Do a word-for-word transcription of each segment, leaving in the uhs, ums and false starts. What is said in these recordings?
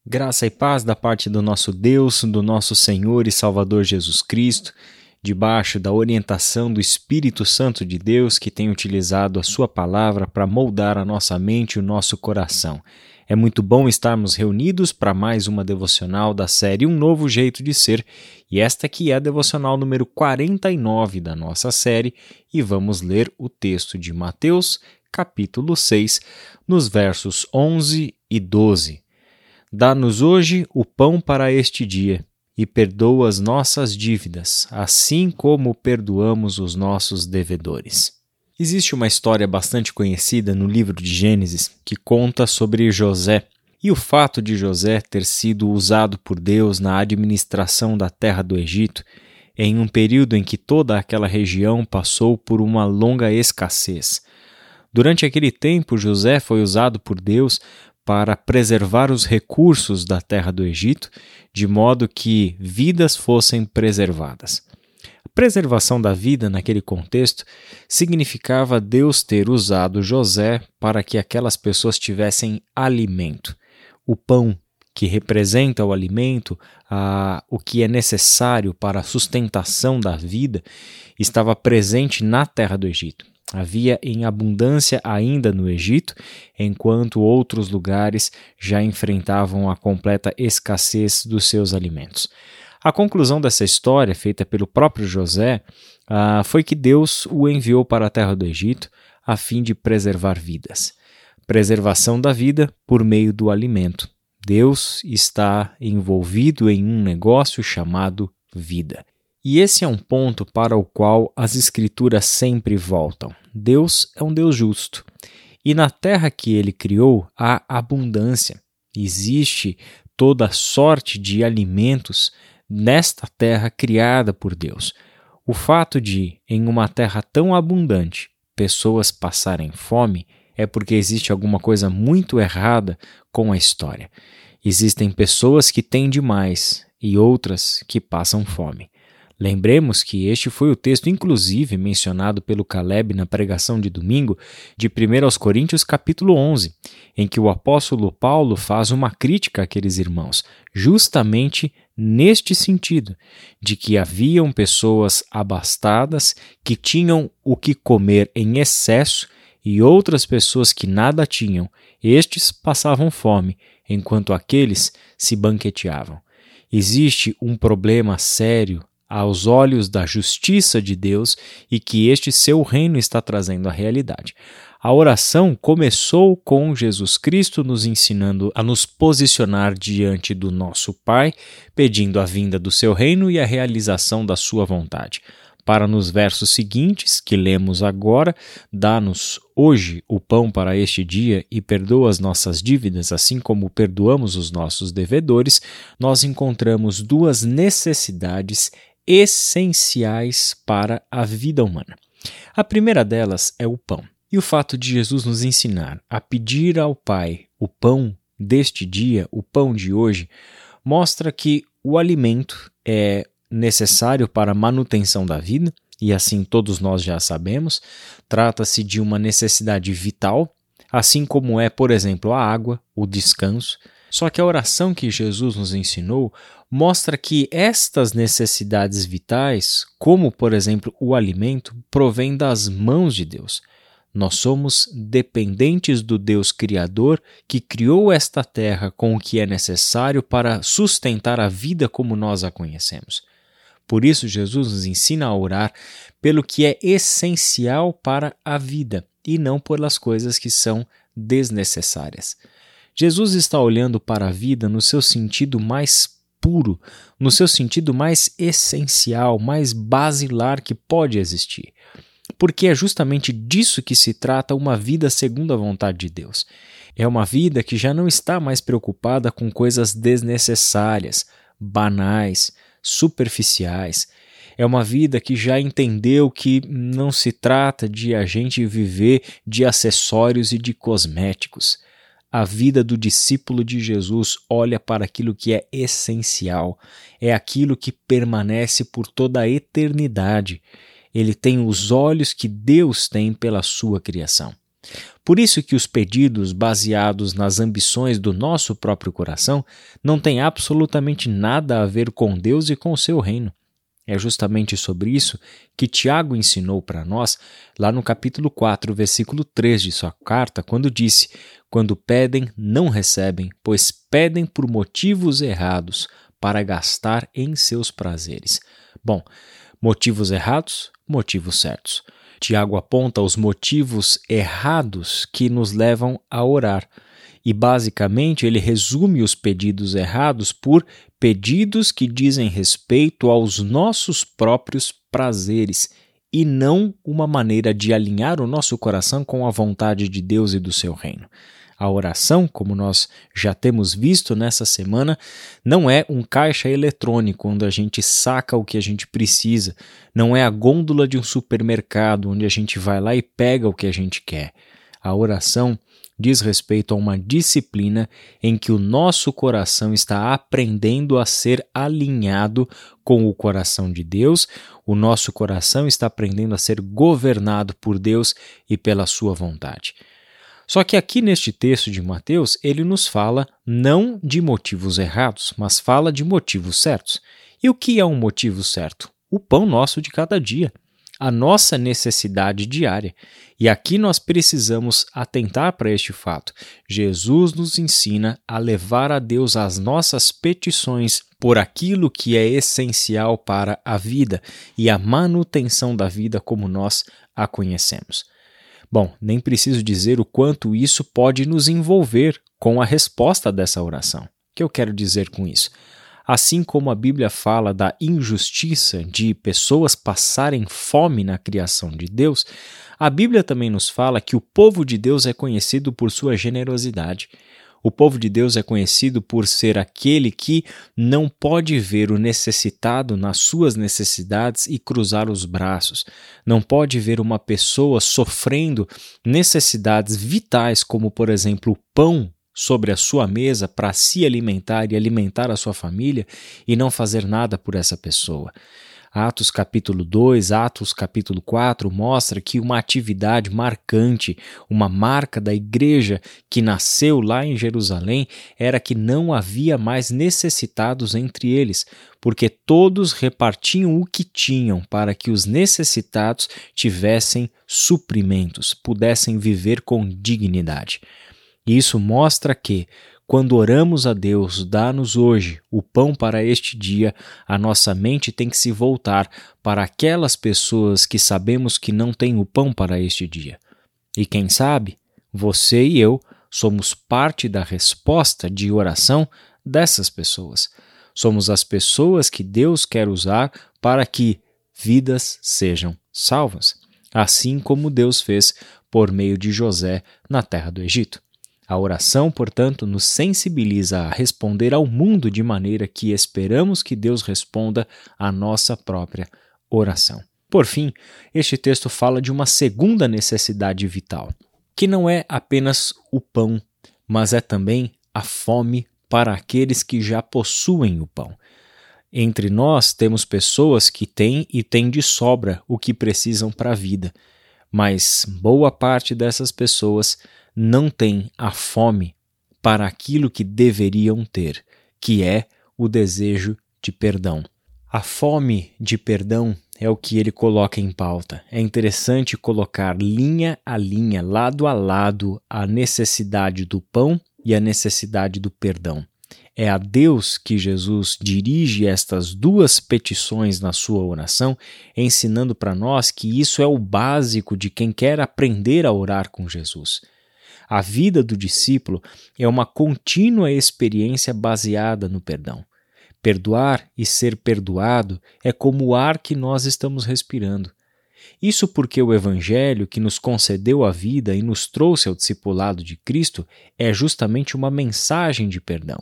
Graça e paz da parte do nosso Deus, do nosso Senhor e Salvador Jesus Cristo, debaixo da orientação do Espírito Santo de Deus que tem utilizado a sua palavra para moldar a nossa mente e o nosso coração. É muito bom estarmos reunidos para mais uma devocional da série Um Novo Jeito de Ser, e esta aqui é a devocional número quarenta e nove da nossa série, e vamos ler o texto de Mateus, capítulo seis, nos versos onze e doze. Dá-nos hoje o pão para este dia, e perdoa as nossas dívidas, assim como perdoamos os nossos devedores. Existe uma história bastante conhecida no livro de Gênesis que conta sobre José e o fato de José ter sido usado por Deus na administração da terra do Egito em um período em que toda aquela região passou por uma longa escassez. Durante aquele tempo, José foi usado por Deus para preservar os recursos da terra do Egito, de modo que vidas fossem preservadas. A preservação da vida naquele contexto significava Deus ter usado José para que aquelas pessoas tivessem alimento. O pão, que representa o alimento, a, o que é necessário para a sustentação da vida, estava presente na terra do Egito. Havia em abundância ainda no Egito, enquanto outros lugares já enfrentavam a completa escassez dos seus alimentos. A conclusão dessa história, feita pelo próprio José, uh, foi que Deus o enviou para a terra do Egito a fim de preservar vidas. Preservação da vida por meio do alimento. Deus está envolvido em um negócio chamado vida. E esse é um ponto para o qual as Escrituras sempre voltam. Deus é um Deus justo. E na terra que Ele criou há abundância. Existe toda sorte de alimentos nesta terra criada por Deus. O fato de, em uma terra tão abundante, pessoas passarem fome é porque existe alguma coisa muito errada com a história. Existem pessoas que têm demais e outras que passam fome. Lembremos que este foi o texto inclusive mencionado pelo Caleb na pregação de domingo de primeira aos Coríntios capítulo onze, em que o apóstolo Paulo faz uma crítica àqueles irmãos, justamente neste sentido, de que haviam pessoas abastadas que tinham o que comer em excesso e outras pessoas que nada tinham, estes passavam fome, enquanto aqueles se banqueteavam. Existe um problema sério aos olhos da justiça de Deus e que este seu reino está trazendo à realidade. A oração começou com Jesus Cristo nos ensinando a nos posicionar diante do nosso Pai, pedindo a vinda do seu reino e a realização da sua vontade. Para nos versos seguintes, que lemos agora, dá-nos hoje o pão para este dia e perdoa as nossas dívidas, assim como perdoamos os nossos devedores, nós encontramos duas necessidades essenciais para a vida humana. A primeira delas é o pão. E o fato de Jesus nos ensinar a pedir ao Pai o pão deste dia, o pão de hoje, mostra que o alimento é necessário para a manutenção da vida, e assim todos nós já sabemos, trata-se de uma necessidade vital, assim como é, por exemplo, a água, o descanso. Só que a oração que Jesus nos ensinou mostra que estas necessidades vitais, como por exemplo o alimento, provém das mãos de Deus. Nós somos dependentes do Deus Criador que criou esta terra com o que é necessário para sustentar a vida como nós a conhecemos. Por isso, Jesus nos ensina a orar pelo que é essencial para a vida e não pelas coisas que são desnecessárias. Jesus está olhando para a vida no seu sentido mais puro, no seu sentido mais essencial, mais basilar que pode existir. Porque é justamente disso que se trata uma vida segundo a vontade de Deus. É uma vida que já não está mais preocupada com coisas desnecessárias, banais, superficiais. É uma vida que já entendeu que não se trata de a gente viver de acessórios e de cosméticos. A vida do discípulo de Jesus olha para aquilo que é essencial, é aquilo que permanece por toda a eternidade. Ele tem os olhos que Deus tem pela sua criação. Por isso que os pedidos baseados nas ambições do nosso próprio coração não têm absolutamente nada a ver com Deus e com o seu reino. É justamente sobre isso que Tiago ensinou para nós lá no capítulo quatro, versículo três de sua carta, quando disse: "Quando pedem, não recebem, pois pedem por motivos errados, para gastar em seus prazeres." Bom, motivos errados, motivos certos. Tiago aponta os motivos errados que nos levam a orar. E, basicamente, ele resume os pedidos errados por pedidos que dizem respeito aos nossos próprios prazeres e não uma maneira de alinhar o nosso coração com a vontade de Deus e do seu reino. A oração, como nós já temos visto nessa semana, não é um caixa eletrônico onde a gente saca o que a gente precisa, não é a gôndola de um supermercado onde a gente vai lá e pega o que a gente quer. A oração diz respeito a uma disciplina em que o nosso coração está aprendendo a ser alinhado com o coração de Deus, o nosso coração está aprendendo a ser governado por Deus e pela sua vontade. Só que aqui neste texto de Mateus, ele nos fala não de motivos errados, mas fala de motivos certos. E o que é um motivo certo? O pão nosso de cada dia, a nossa necessidade diária. E aqui nós precisamos atentar para este fato. Jesus nos ensina a levar a Deus as nossas petições por aquilo que é essencial para a vida e a manutenção da vida como nós a conhecemos. Bom, nem preciso dizer o quanto isso pode nos envolver com a resposta dessa oração. O que eu quero dizer com isso? Assim como a Bíblia fala da injustiça de pessoas passarem fome na criação de Deus, a Bíblia também nos fala que o povo de Deus é conhecido por sua generosidade. O povo de Deus é conhecido por ser aquele que não pode ver o necessitado nas suas necessidades e cruzar os braços. Não pode ver uma pessoa sofrendo necessidades vitais, como, por exemplo, o pão sobre a sua mesa para se alimentar e alimentar a sua família e não fazer nada por essa pessoa. Atos capítulo dois, Atos capítulo quatro mostra que uma atividade marcante, uma marca da igreja que nasceu lá em Jerusalém era que não havia mais necessitados entre eles, porque todos repartiam o que tinham para que os necessitados tivessem suprimentos, pudessem viver com dignidade. Isso mostra que, quando oramos a Deus, dá-nos hoje o pão para este dia, a nossa mente tem que se voltar para aquelas pessoas que sabemos que não têm o pão para este dia. E quem sabe, você e eu somos parte da resposta de oração dessas pessoas. Somos as pessoas que Deus quer usar para que vidas sejam salvas, assim como Deus fez por meio de José na terra do Egito. A oração, portanto, nos sensibiliza a responder ao mundo de maneira que esperamos que Deus responda à nossa própria oração. Por fim, este texto fala de uma segunda necessidade vital, que não é apenas o pão, mas é também a fome para aqueles que já possuem o pão. Entre nós temos pessoas que têm e têm de sobra o que precisam para a vida, mas boa parte dessas pessoas não tem a fome para aquilo que deveriam ter, que é o desejo de perdão. A fome de perdão é o que ele coloca em pauta. É interessante colocar linha a linha, lado a lado, a necessidade do pão e a necessidade do perdão. É a Deus que Jesus dirige estas duas petições na sua oração, ensinando para nós que isso é o básico de quem quer aprender a orar com Jesus. A vida do discípulo é uma contínua experiência baseada no perdão. Perdoar e ser perdoado é como o ar que nós estamos respirando. Isso porque o Evangelho que nos concedeu a vida e nos trouxe ao discipulado de Cristo é justamente uma mensagem de perdão,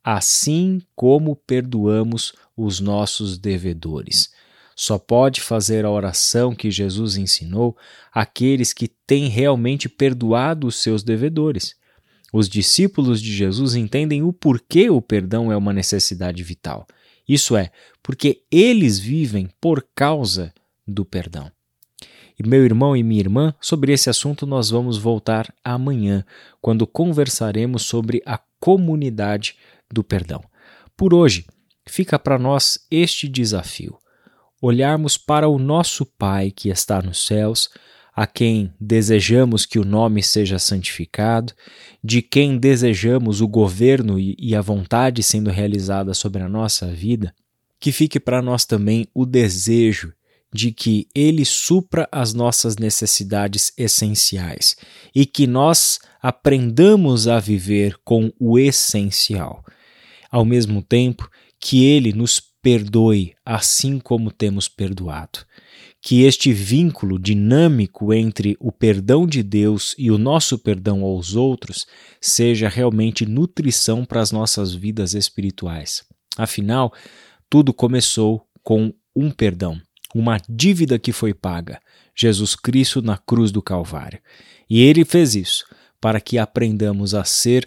assim como perdoamos os nossos devedores. Só pode fazer a oração que Jesus ensinou aqueles que têm realmente perdoado os seus devedores. Os discípulos de Jesus entendem o porquê o perdão é uma necessidade vital. Isso é, porque eles vivem por causa do perdão. E meu irmão e minha irmã, sobre esse assunto nós vamos voltar amanhã, quando conversaremos sobre a comunidade do perdão. Por hoje, fica para nós este desafio: olharmos para o nosso Pai que está nos céus, a quem desejamos que o nome seja santificado, de quem desejamos o governo e a vontade sendo realizada sobre a nossa vida, que fique para nós também o desejo de que Ele supra as nossas necessidades essenciais e que nós aprendamos a viver com o essencial. Ao mesmo tempo, que Ele nos perdoe assim como temos perdoado. Que este vínculo dinâmico entre o perdão de Deus e o nosso perdão aos outros seja realmente nutrição para as nossas vidas espirituais. Afinal, tudo começou com um perdão, uma dívida que foi paga, Jesus Cristo na cruz do Calvário. E Ele fez isso para que aprendamos a ser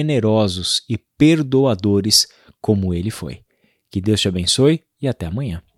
generosos e perdoadores como Ele foi. Que Deus te abençoe e até amanhã.